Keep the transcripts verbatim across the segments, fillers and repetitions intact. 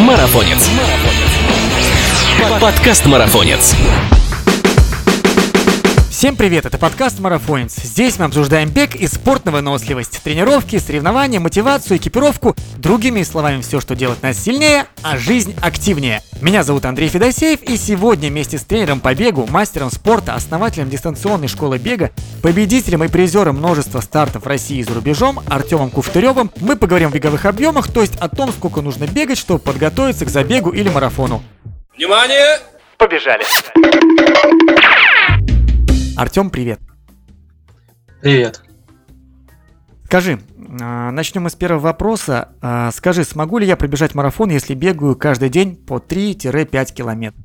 Марафонец. Подкаст Марафонец. Всем привет, это подкаст «Марафонец». Здесь мы обсуждаем бег и спорт-выносливость, тренировки, соревнования, мотивацию, экипировку. Другими словами, все, что делает нас сильнее, а жизнь активнее. Меня зовут Андрей Федосеев, и сегодня вместе с тренером по бегу, мастером спорта, основателем дистанционной школы бега, победителем и призером множества стартов в России и за рубежом Артемом Куфтыревым мы поговорим о беговых объемах, то есть о том, сколько нужно бегать, чтобы подготовиться к забегу или марафону. Внимание! Побежали! Артем, привет. Привет. Скажи, начнем мы с первого вопроса. Скажи, смогу ли я пробежать марафон, если бегаю каждый день по три-пять километров?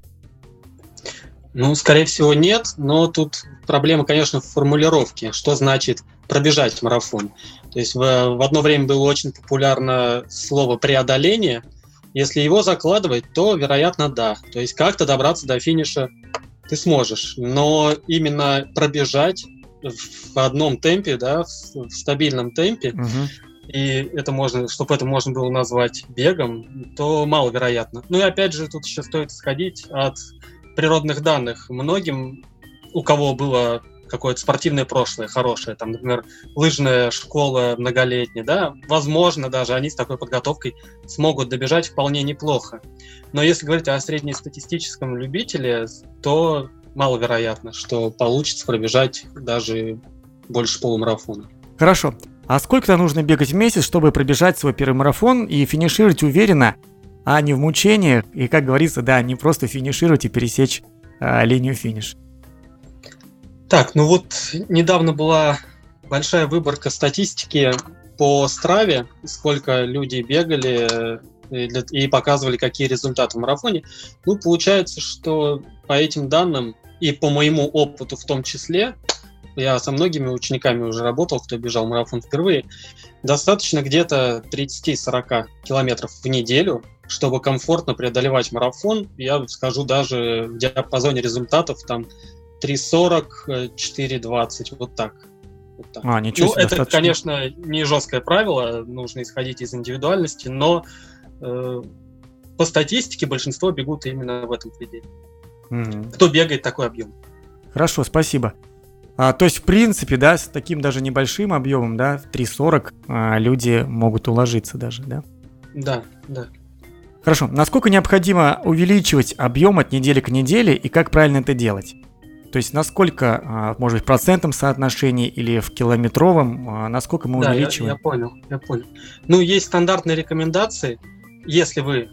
Ну, скорее всего, нет, но тут проблема, конечно, в формулировке. Что значит пробежать марафон? То есть в, в одно время было очень популярно слово «преодоление». Если его закладывать, то, вероятно, да. То есть как-то добраться до финиша ты сможешь, но именно пробежать в одном темпе, да, в, в стабильном темпе, Угу. и это можно, чтобы это можно было назвать бегом, то маловероятно. Ну и опять же, тут еще стоит исходить от природных данных. Многим, у кого было какое-то спортивное прошлое хорошее, там, например, лыжная школа многолетняя, да, возможно, даже они с такой подготовкой смогут добежать вполне неплохо. Но если говорить о среднестатистическом любителе, то маловероятно, что получится пробежать даже больше полумарафона. Хорошо. А сколько нужно бегать в месяц, чтобы пробежать свой первый марафон и финишировать уверенно, а не в мучениях, и, как говорится, да, не просто финишировать и пересечь а, линию финиша? Так, ну вот недавно была большая выборка статистики по Страве, сколько люди бегали и, для, и показывали, какие результаты в марафоне. Ну, получается, что по этим данным и по моему опыту в том числе, я со многими учениками уже работал, кто бежал марафон впервые, достаточно где-то тридцать-сорок километров в неделю, чтобы комфортно преодолевать марафон. Я скажу даже в диапазоне результатов там три сорок, четыре двадцать, вот так. Вот так. А, ничего ну, себе, это, достаточно. конечно, не жесткое правило, нужно исходить из индивидуальности, но э, по статистике большинство бегут именно в этом пределе. Угу. Кто бегает такой объем? Хорошо, спасибо. А, то есть, в принципе, да, с таким даже небольшим объемом, да, в три сорок а, люди могут уложиться даже, да? Да, да. Хорошо. Насколько необходимо увеличивать объем от недели к неделе и как правильно это делать? То есть, насколько, может быть, в процентном соотношении или в километровом, насколько мы да, увеличиваем? Я, я понял, я понял. Ну, есть стандартные рекомендации. Если вы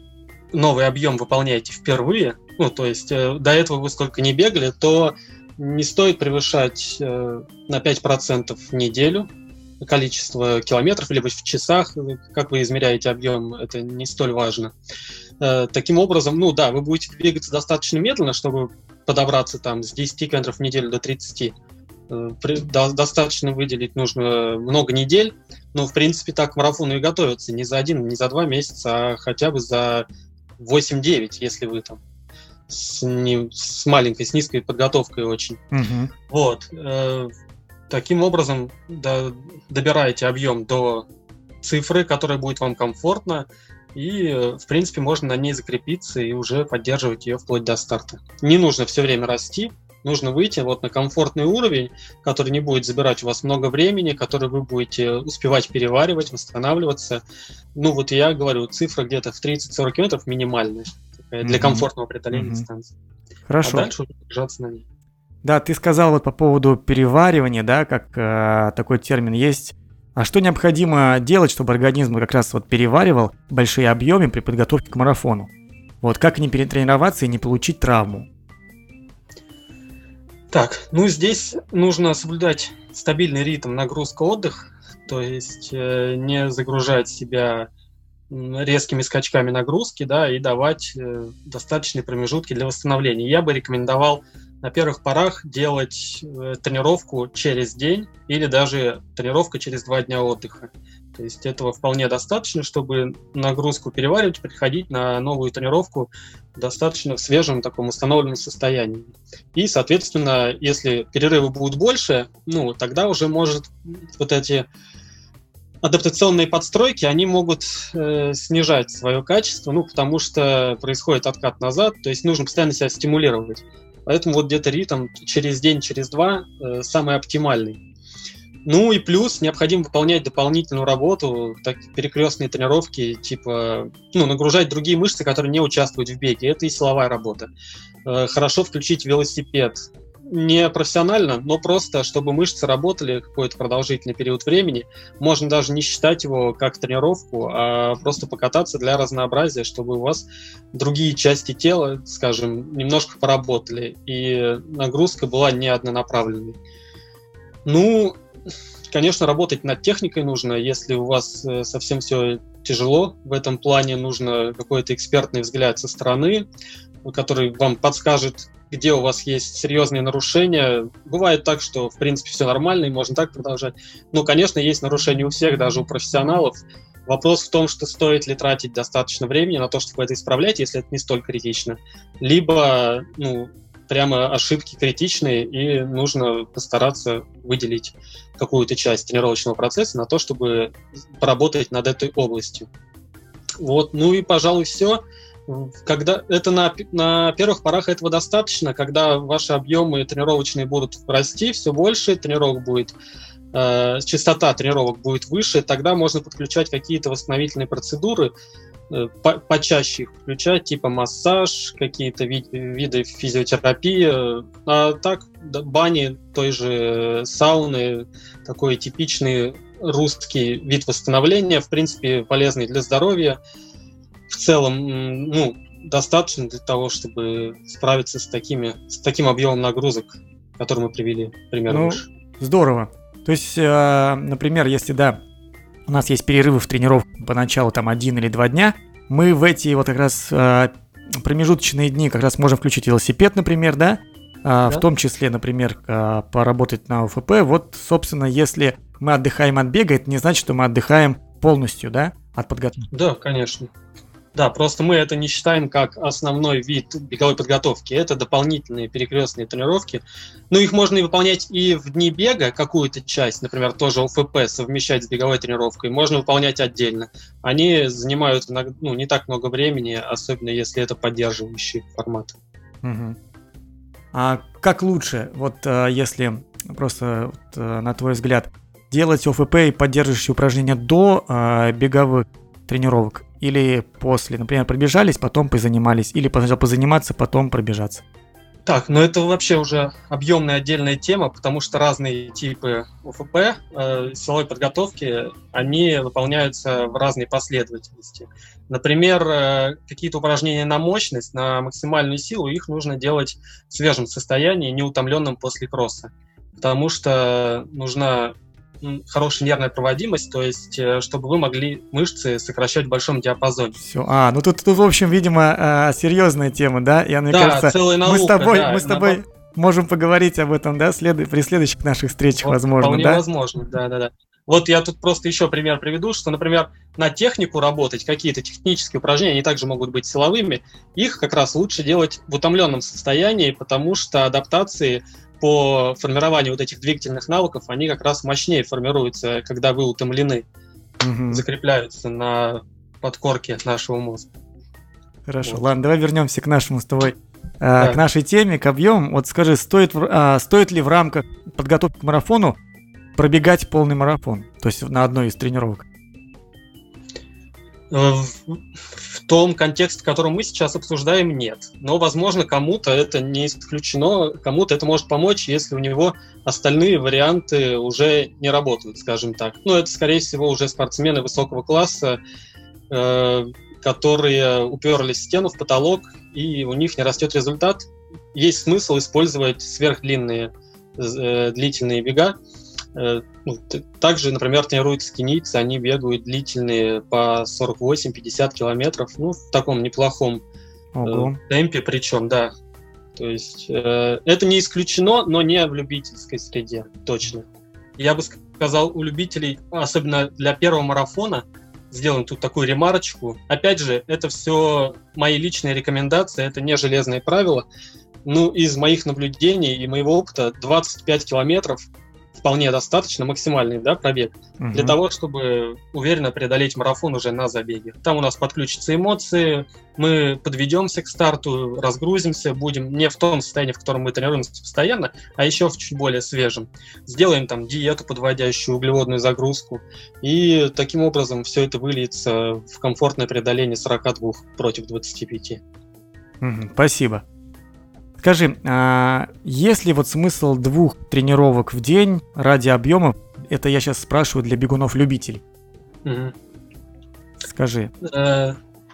новый объем выполняете впервые, ну, то есть э, до этого вы сколько не бегали, то не стоит превышать э, на пять процентов в неделю количество километров, либо в часах, как вы измеряете объем, это не столь важно. Э, таким образом, ну да, вы будете двигаться достаточно медленно, чтобы подобраться там с десяти километров в неделю до тридцати. Э, при, до, достаточно выделить нужно много недель, но в принципе так к марафону и готовятся не за один, не за два месяца, а хотя бы за восемь-девять, если вы там с, не, с маленькой, с низкой подготовкой очень. Угу. Вот. Э, таким образом до, добираете объем до цифры, которая будет вам комфортна, и, э, в принципе, можно на ней закрепиться и уже поддерживать ее вплоть до старта. Не нужно все время расти, нужно выйти вот на комфортный уровень, который не будет забирать у вас много времени, который вы будете успевать переваривать, восстанавливаться. Ну вот я говорю, цифра где-то в тридцать-сорок километров минимальная для комфортного преодоления Mm-hmm. дистанции. Хорошо. А дальше уже держаться на ней. Да, ты сказал вот по поводу переваривания, да, как э, такой термин есть. А что необходимо делать, чтобы организм как раз вот переваривал большие объемы при подготовке к марафону? Вот как не перетренироваться и не получить травму? Так, ну здесь нужно соблюдать стабильный ритм нагрузка-отдых, то есть э, не загружать себя резкими скачками нагрузки, да, и давать э, достаточные промежутки для восстановления. Я бы рекомендовал на первых порах делать э, тренировку через день или даже тренировка через два дня отдыха. То есть этого вполне достаточно, чтобы нагрузку переваривать, переходить на новую тренировку достаточно в свежем таком установленном состоянии. И, соответственно, если перерывы будут больше, ну, тогда уже может вот эти адаптационные подстройки, они могут э, снижать свое качество, ну, потому что происходит откат назад, то есть нужно постоянно себя стимулировать. Поэтому вот где-то ритм через день, через два э, самый оптимальный. Ну и плюс необходимо выполнять дополнительную работу, так, перекрестные тренировки, типа, ну, нагружать другие мышцы, которые не участвуют в беге. Это и силовая работа. Э, хорошо включить велосипед. Не профессионально, но просто, чтобы мышцы работали какой-то продолжительный период времени. Можно даже не считать его как тренировку, а просто покататься для разнообразия, чтобы у вас другие части тела, скажем, немножко поработали, и нагрузка была не однонаправленной. Ну, конечно, работать над техникой нужно. Если у вас совсем все тяжело в этом плане, нужно какой-то экспертный взгляд со стороны, который вам подскажет, где у вас есть серьезные нарушения. Бывает так, что, в принципе, все нормально, и можно так продолжать. Но, конечно, есть нарушения у всех, даже у профессионалов. Вопрос в том, что стоит ли тратить достаточно времени на то, чтобы это исправлять, если это не столь критично. Либо, ну, прямо ошибки критичные, и нужно постараться выделить какую-то часть тренировочного процесса на то, чтобы поработать над этой областью. Вот, ну и, пожалуй, все. Когда это на, на первых порах этого достаточно, когда ваши объемы тренировочные будут расти все больше, тренировок будет, э, частота тренировок будет выше, тогда можно подключать какие-то восстановительные процедуры, э, по, почаще их включать, типа массаж, какие-то ви- виды физиотерапии, а так да, бани, той же сауны, такой типичный русский вид восстановления, в принципе, полезный для здоровья. В целом, ну, достаточно для того, чтобы справиться с, такими, с таким объемом нагрузок, который мы привели, пример Ну, выше. здорово. То есть, э, например, если, да, у нас есть перерывы в тренировке поначалу там один или два дня, мы в эти вот как раз э, промежуточные дни как раз можем включить велосипед, например, да, э, Да. в том числе, например, э, поработать на ОФП. Вот, собственно, если мы отдыхаем от бега, это не значит, что мы отдыхаем полностью, да, от подготовки. Да, конечно. Да, просто мы это не считаем как основной вид беговой подготовки. Это дополнительные перекрестные тренировки. Ну, их можно и выполнять и в дни бега, какую-то часть, например, тоже ОФП совмещать с беговой тренировкой, можно выполнять отдельно. Они занимают иногда, ну, не так много времени, особенно если это поддерживающий формат. Мгм. А как лучше, вот э, если просто вот, э, на твой взгляд, делать ОФП и поддерживающие упражнения до э, беговых тренировок или после? Например, пробежались, потом позанимались, или сначала позаниматься, потом пробежаться. Так, ну это вообще уже объемная отдельная тема, потому что разные типы ОФП, э, силовой подготовки, они выполняются в разной последовательности. Например, э, какие-то упражнения на мощность, на максимальную силу, их нужно делать в свежем состоянии, неутомленном после кросса, потому что нужна м, хорошая нервная проводимость, то есть э, чтобы вы могли мышцы сокращать в большом диапазоне. Все. А, ну тут, тут в общем, видимо, э, серьезная тема, да? Я, мне Да, кажется, целая мы с наука, тобой, да, мы с на тобой можем поговорить об этом, да, след... при следующих наших встречах, Вот, возможно, вполне да? возможно, да, да, да. Вот я тут просто еще пример приведу, что, например, на технику работать, какие-то технические упражнения, они также могут быть силовыми, их как раз лучше делать в утомленном состоянии, потому что адаптации по формированию вот этих двигательных навыков, они как раз мощнее формируются, когда вы утомлены, Мгм. закрепляются на подкорке нашего мозга. Хорошо, Вот. ладно, давай вернемся к нашему с тобой, э, Да. к нашей теме, к объему. Вот скажи, стоит, в- а, стоит ли в рамках подготовки к марафону пробегать полный марафон, то есть на одной из тренировок? Э, В в том контексте, который мы сейчас обсуждаем, нет. Но, возможно, кому-то это не исключено, кому-то это может помочь, если у него остальные варианты уже не работают, скажем так. Ну, это, скорее всего, уже спортсмены высокого класса, э, которые уперлись в стену, в потолок, и у них не растет результат. Есть смысл использовать сверхдлинные э, длительные бега. Э, ну, т- также, например, тренируются кенийцы, они бегают длительные по сорок восемь - пятьдесят километров, ну, в таком неплохом э, Ого. темпе, причем, да. То есть э, это не исключено, но не в любительской среде, точно. Я бы сказал, у любителей, особенно для первого марафона, сделаем тут такую ремарочку. Опять же, это все мои личные рекомендации, это не железные правила. Ну, из моих наблюдений и моего опыта двадцать пять километров вполне достаточно, максимальный, да, пробег, угу. для того, чтобы уверенно преодолеть марафон уже на забеге. Там у нас подключатся эмоции, мы подведемся к старту, разгрузимся, будем не в том состоянии, в котором мы тренируемся постоянно, а еще в чуть более свежем. Сделаем там диету, подводящую углеводную загрузку, и таким образом все это выльется в комфортное преодоление сорок два против двадцати пяти. Угу, спасибо. Скажи, а есть ли вот смысл двух тренировок в день ради объемов? Это я сейчас спрашиваю для бегунов-любителей. Угу. Скажи. Э,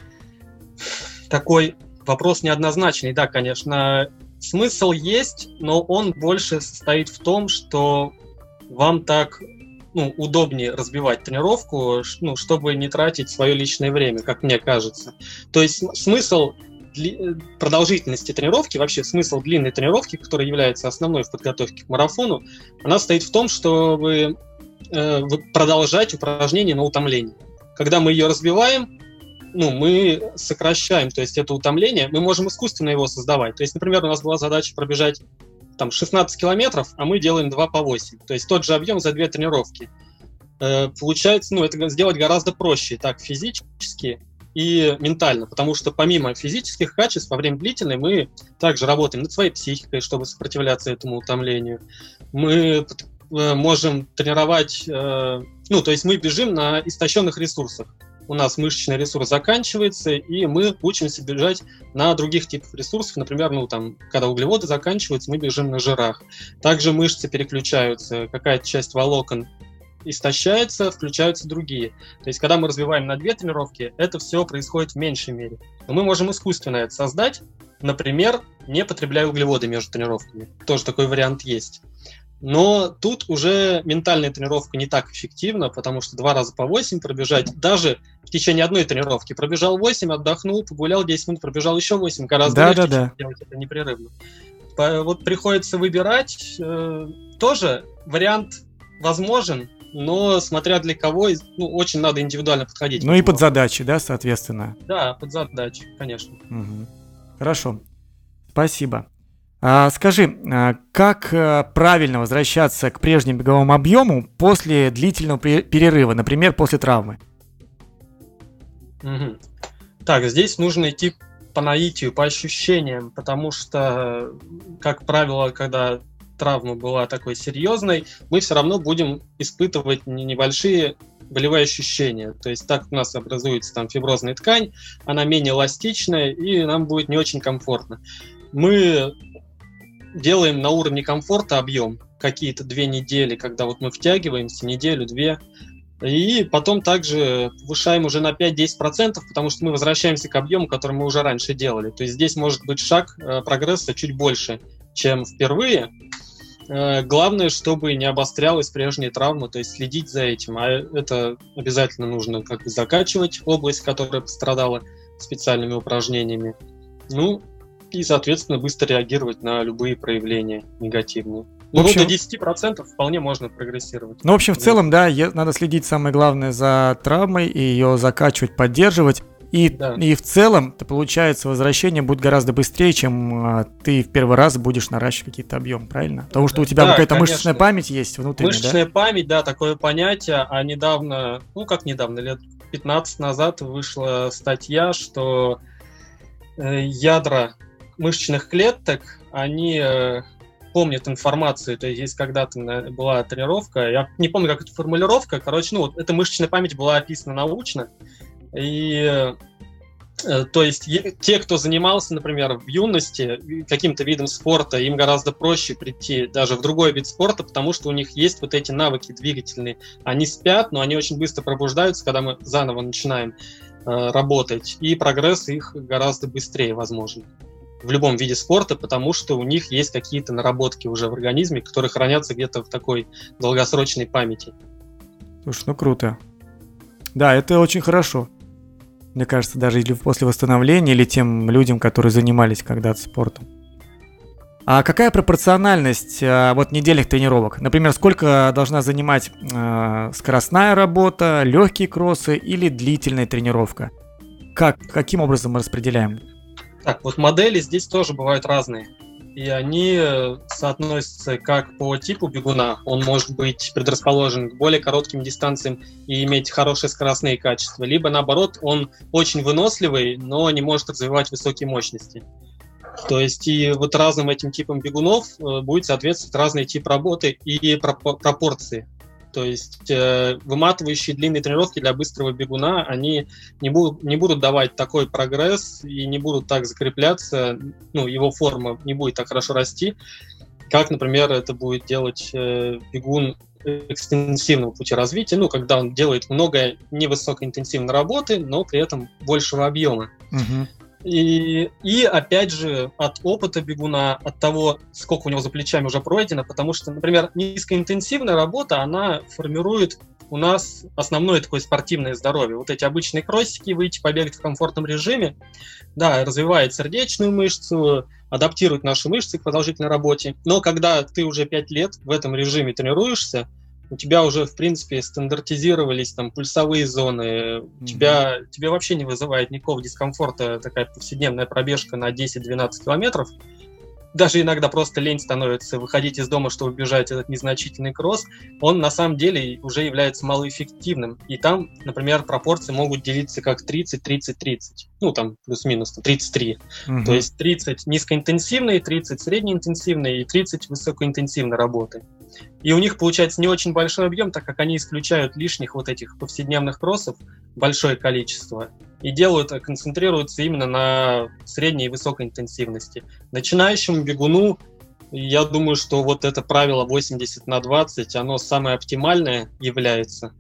такой вопрос неоднозначный, да, конечно. Смысл есть, но он больше состоит в том, что вам так ну, удобнее разбивать тренировку, ну, чтобы не тратить свое личное время, как мне кажется. То есть смысл продолжительности тренировки, вообще смысл длинной тренировки, которая является основной в подготовке к марафону, она состоит в том, чтобы э, продолжать упражнение на утомление. Когда мы ее разбиваем, ну, мы сокращаем, то есть это утомление, мы можем искусственно его создавать. То есть, например, у нас была задача пробежать там шестнадцать километров, а мы делаем два по восемь. То есть тот же объем за две тренировки. Э, получается, ну, это сделать гораздо проще, так, физически и ментально, потому что помимо физических качеств во время длительной мы также работаем над своей психикой, чтобы сопротивляться этому утомлению. Мы э, можем тренировать, э, ну, то есть мы бежим на истощенных ресурсах. У нас мышечный ресурс заканчивается, и мы учимся бежать на других типах ресурсов. Например, ну, там, когда углеводы заканчиваются, мы бежим на жирах. Также мышцы переключаются, какая-то часть волокон истощается, включаются другие. То есть, когда мы развиваем на две тренировки, это все происходит в меньшей мере. Но мы можем искусственно это создать, например, не потребляя углеводы между тренировками. Тоже такой вариант есть. Но тут уже ментальная тренировка не так эффективна, потому что два раза по восемь пробежать, даже в течение одной тренировки, пробежал восемь, отдохнул, погулял десять минут, пробежал еще восемь, гораздо да, легче, да, да. чем делать это непрерывно. Вот приходится выбирать. Тоже вариант возможен, но смотря для кого, ну, очень надо индивидуально подходить. Ну и под задачи, да, соответственно? Да, под задачи, конечно. Угу. Хорошо, спасибо. А, скажи, а как а, правильно возвращаться к прежнему беговому объему после длительного перерыва, например, после травмы? Угу. Так, здесь нужно идти по наитию, по ощущениям, потому что, как правило, когда травма была такой серьезной, мы все равно будем испытывать небольшие болевые ощущения. То есть так у нас образуется там фиброзная ткань, она менее эластичная, и нам будет не очень комфортно. Мы делаем на уровне комфорта объем какие-то две недели, когда вот мы втягиваемся, неделю-две, и потом также повышаем уже на пять-десять процентов, потому что мы возвращаемся к объему, который мы уже раньше делали. То есть здесь может быть шаг прогресса чуть больше, чем впервые. Главное, чтобы не обострялась прежняя травма, то есть следить за этим. А это обязательно нужно как бы закачивать область, которая пострадала, специальными упражнениями. Ну, и, соответственно, быстро реагировать на любые проявления негативные. Ну, в общем, до десяти процентов вполне можно прогрессировать. Ну, в общем, в целом, да, надо следить, самое главное, за травмой, и ее закачивать, поддерживать. И, да. и в целом, то получается, возвращение будет гораздо быстрее, чем а, ты в первый раз будешь наращивать какие-то объемы, правильно? Потому что у тебя да, какая-то конечно. мышечная память есть внутренняя, Мышечная да? память, да, такое понятие. А недавно, ну как недавно, лет пятнадцать назад вышла статья, что э, ядра мышечных клеток, они э, помнят информацию. То есть когда-то была тренировка, я не помню, как эта формулировка, короче, ну вот эта мышечная память была описана научно. И э, то есть е- те, кто занимался, например, в юности каким-то видом спорта, им гораздо проще прийти даже в другой вид спорта, потому что у них есть вот эти навыки двигательные. Они спят, но они очень быстро пробуждаются, когда мы заново начинаем э, работать, и прогресс их гораздо быстрее возможен в любом виде спорта, потому что у них есть какие-то наработки уже в организме, которые хранятся где-то в такой долгосрочной памяти. Слушай, ну круто. Да, это очень хорошо. Мне кажется, даже или после восстановления, или тем людям, которые занимались когда-то спортом. А какая пропорциональность а, вот недельных тренировок? Например, сколько должна занимать а, скоростная работа, легкие кроссы или длительная тренировка? Как, каким образом мы распределяем? Так, вот модели здесь тоже бывают разные. и они соотносятся как по типу бегуна. Он может быть предрасположен к более коротким дистанциям и иметь хорошие скоростные качества, либо наоборот, он очень выносливый, но не может развивать высокие мощности. То есть и вот разным этим типам бегунов будет соответствовать разный тип работы и пропорции. То есть э, выматывающие длинные тренировки для быстрого бегуна, они не будут, не будут давать такой прогресс и не будут так закрепляться, ну, его форма не будет так хорошо расти, как, например, это будет делать э, бегун экстенсивного пути развития, ну, когда он делает много невысокоинтенсивной работы, но при этом большего объема. Угу. И, и опять же, от опыта бегуна, от того, сколько у него за плечами уже пройдено, потому что, например, низкоинтенсивная работа, она формирует у нас основное такое спортивное здоровье. Вот эти обычные кроссики, выйти побегать в комфортном режиме, да, развивает сердечную мышцу, адаптирует наши мышцы к продолжительной работе. Но когда ты уже пять лет в этом режиме тренируешься, у тебя уже, в принципе, стандартизировались там пульсовые зоны, mm-hmm. тебя, тебе вообще не вызывает никакого дискомфорта такая повседневная пробежка на десять-двенадцать километров. Даже иногда просто лень становится выходить из дома, чтобы бежать этот незначительный кросс. Он на самом деле уже является малоэффективным. И там, например, пропорции могут делиться как тридцать-тридцать-тридцать. Ну, там плюс-минус тридцать три. Mm-hmm. То есть тридцать низкоинтенсивные, тридцать среднеинтенсивные и тридцать высокоинтенсивной работы. И у них получается не очень большой объем, так как они исключают лишних вот этих повседневных кроссов большое количество и делают, концентрируются именно на средней и высокой интенсивности. Начинающему бегуну, я думаю, что вот это правило восемьдесят на двадцать, оно самое оптимальное является.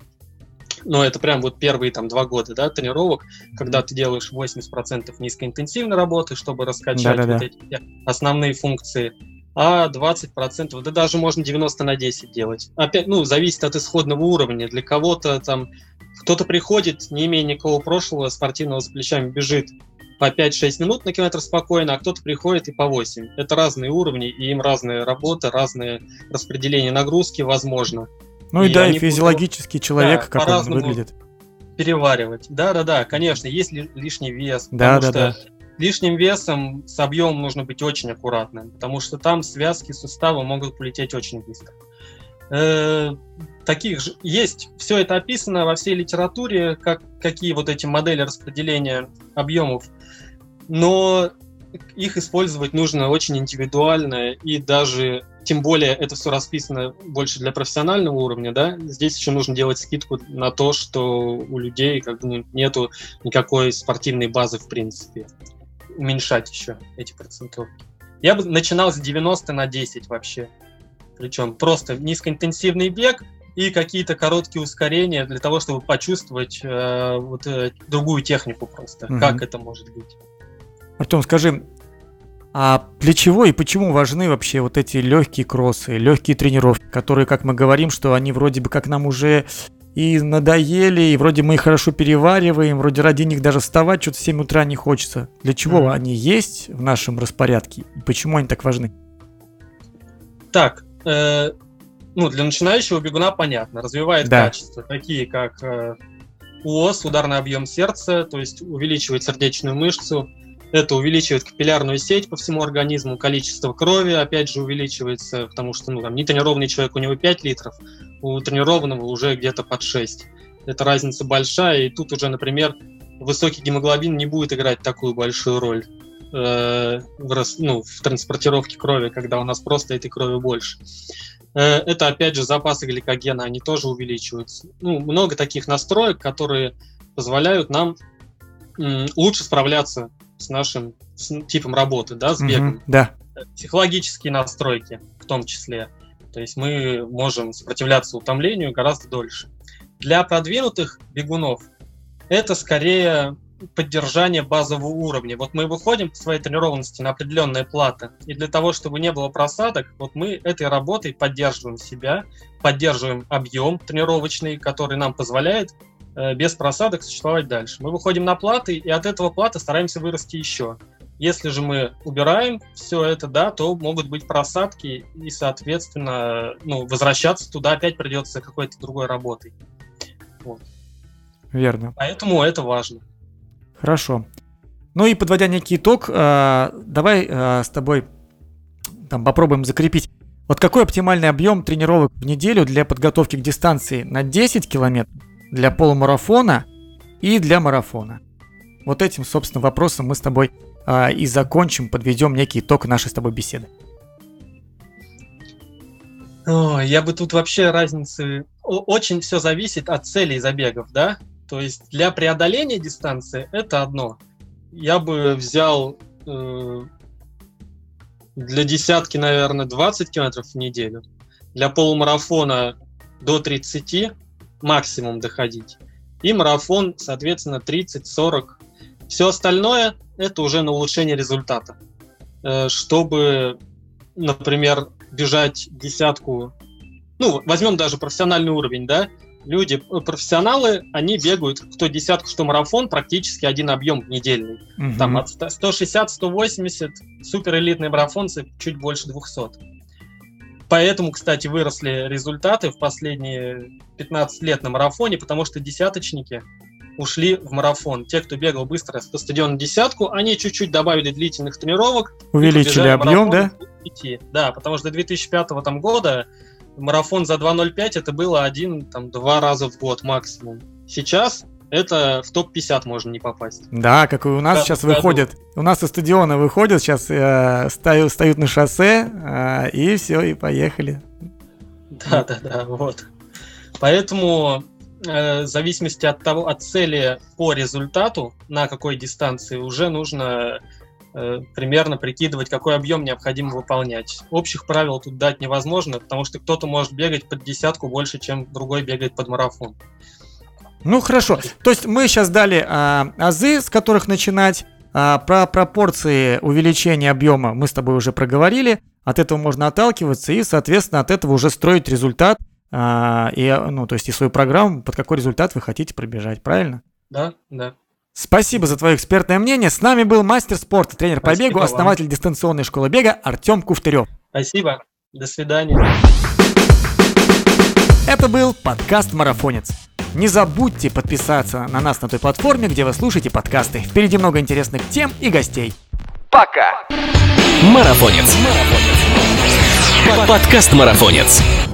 Но это прям вот первые там два года, да, тренировок, когда ты делаешь восемьдесят процентов низкоинтенсивной работы, чтобы раскачать Да-да-да. вот эти основные функции. А двадцать процентов, да даже можно девяносто на десять делать. Опять, ну, зависит от исходного уровня. Для кого-то там, кто-то приходит, не имея никакого прошлого спортивного с плечами, бежит по пять-шесть минут на километр спокойно, а кто-то приходит и по восемь. Это разные уровни, и им разная работа, разные распределение нагрузки возможно. Ну и, и да, и физиологический будут, человек, да, как он выглядит. Переваривать. Да-да-да, конечно, есть ли, лишний вес. Да, потому да, что да. Лишним весом с объемом нужно быть очень аккуратным, потому что там связки, суставы могут полететь очень быстро. Э, таких же есть, все это описано во всей литературе, как, какие вот эти модели распределения объемов, но их использовать нужно очень индивидуально, и даже, тем более, это все расписано больше для профессионального уровня, да, здесь еще нужно делать скидку на то, что у людей как бы, ну, нету никакой спортивной базы в принципе. Уменьшать еще эти процентовки. Я бы начинал с девяносто на десять вообще. Причем просто низкоинтенсивный бег и какие-то короткие ускорения для того, чтобы почувствовать э, вот, э, другую технику просто. Угу. Как это может быть. Артем, скажи, а для чего и почему важны вообще вот эти легкие кроссы, легкие тренировки, которые, как мы говорим, что они вроде бы как нам уже и надоели, и вроде мы их хорошо перевариваем, вроде ради них даже вставать что-то в семь утра не хочется. Для чего mm-hmm. они есть в нашем распорядке и почему они так важны? Так, э, ну для начинающего бегуна понятно, развивает да. качества, такие как э, УОС, ударный объем сердца, то есть увеличивает сердечную мышцу, это увеличивает капиллярную сеть по всему организму, количество крови, опять же, увеличивается, потому что ну, там, нетренированный человек, у него пять литров, у тренированного уже где-то под шесть. Это разница большая, и тут уже, например, высокий гемоглобин не будет играть такую большую роль э, в, ну, в транспортировке крови, когда у нас просто этой крови больше. Э, это, опять же, запасы гликогена, они тоже увеличиваются. Ну, много таких настроек, которые позволяют нам м, лучше справляться с нашим с типом работы, да, с бегом. Mm-hmm, да. Психологические настройки в том числе. То есть мы можем сопротивляться утомлению гораздо дольше. Для продвинутых бегунов это скорее поддержание базового уровня. Вот мы выходим по своей тренированности на определенные платы, и для того, чтобы не было просадок, вот мы этой работой поддерживаем себя, поддерживаем объем тренировочный, который нам позволяет э, без просадок существовать дальше. Мы выходим на платы, и от этого плата стараемся вырасти еще. Если же мы убираем все это, да, то могут быть просадки, и, соответственно, ну, возвращаться туда опять придется какой-то другой работой. Вот. Верно. Поэтому это важно. Хорошо. Ну и подводя некий итог, давай с тобой там попробуем закрепить. Вот какой оптимальный объем тренировок в неделю для подготовки к дистанции на десять километров, для полумарафона и для марафона? Вот этим, собственно, вопросом мы с тобой а, и закончим, подведем некий итог нашей с тобой беседы. О, я бы тут вообще разницы... Очень все зависит от целей забегов, да? То есть для преодоления дистанции это одно. Я бы взял э, для десятки, наверное, двадцать километров в неделю. Для полумарафона до тридцати максимум доходить. И марафон, соответственно, тридцать-сорок. Все остальное это уже на улучшение результата. Э, чтобы, например, бежать десятку, ну, возьмем даже профессиональный уровень, да, люди, профессионалы, они бегают, кто десятку, что марафон, практически один объем недельный. Mm-hmm. Там от сто шестьдесят - сто восемьдесят, суперэлитные марафонцы чуть больше двухсот. Поэтому, кстати, выросли результаты в последние пятнадцать лет на марафоне, потому что десяточники ушли в марафон. Те, кто бегал быстро по стадиону десятку, они чуть-чуть добавили длительных тренировок. Увеличили объем, да? Да, потому что до две тысячи пятого там, года марафон за два ноль пять это было один-два раза в год максимум. Сейчас это в топ пятьдесят можно не попасть. Да, как и у нас да, сейчас выходят. У нас из стадиона выходят, сейчас э, стают, встают на шоссе, э, и все, и поехали. Да, да, да, вот. Поэтому э, в зависимости от того, от цели по результату, на какой дистанции, уже нужно э, примерно прикидывать, какой объем необходимо выполнять. Общих правил тут дать невозможно, потому что кто-то может бегать под десятку больше, чем другой бегает под марафон. Ну хорошо, то есть мы сейчас дали а, азы, с которых начинать, а, про пропорции увеличения объема мы с тобой уже проговорили, от этого можно отталкиваться и, соответственно, от этого уже строить результат, а, и, ну, то есть и свою программу, под какой результат вы хотите пробежать, правильно? Да, да. Спасибо за твое экспертное мнение. С нами был мастер спорта, тренер по бегу, основатель дистанционной школы бега Артем Куфтырев. Спасибо, до свидания. Это был подкаст «Марафонец». Не забудьте подписаться на нас на той платформе, где вы слушаете подкасты. Впереди много интересных тем и гостей. Пока! Марафонец. Подкаст «Марафонец».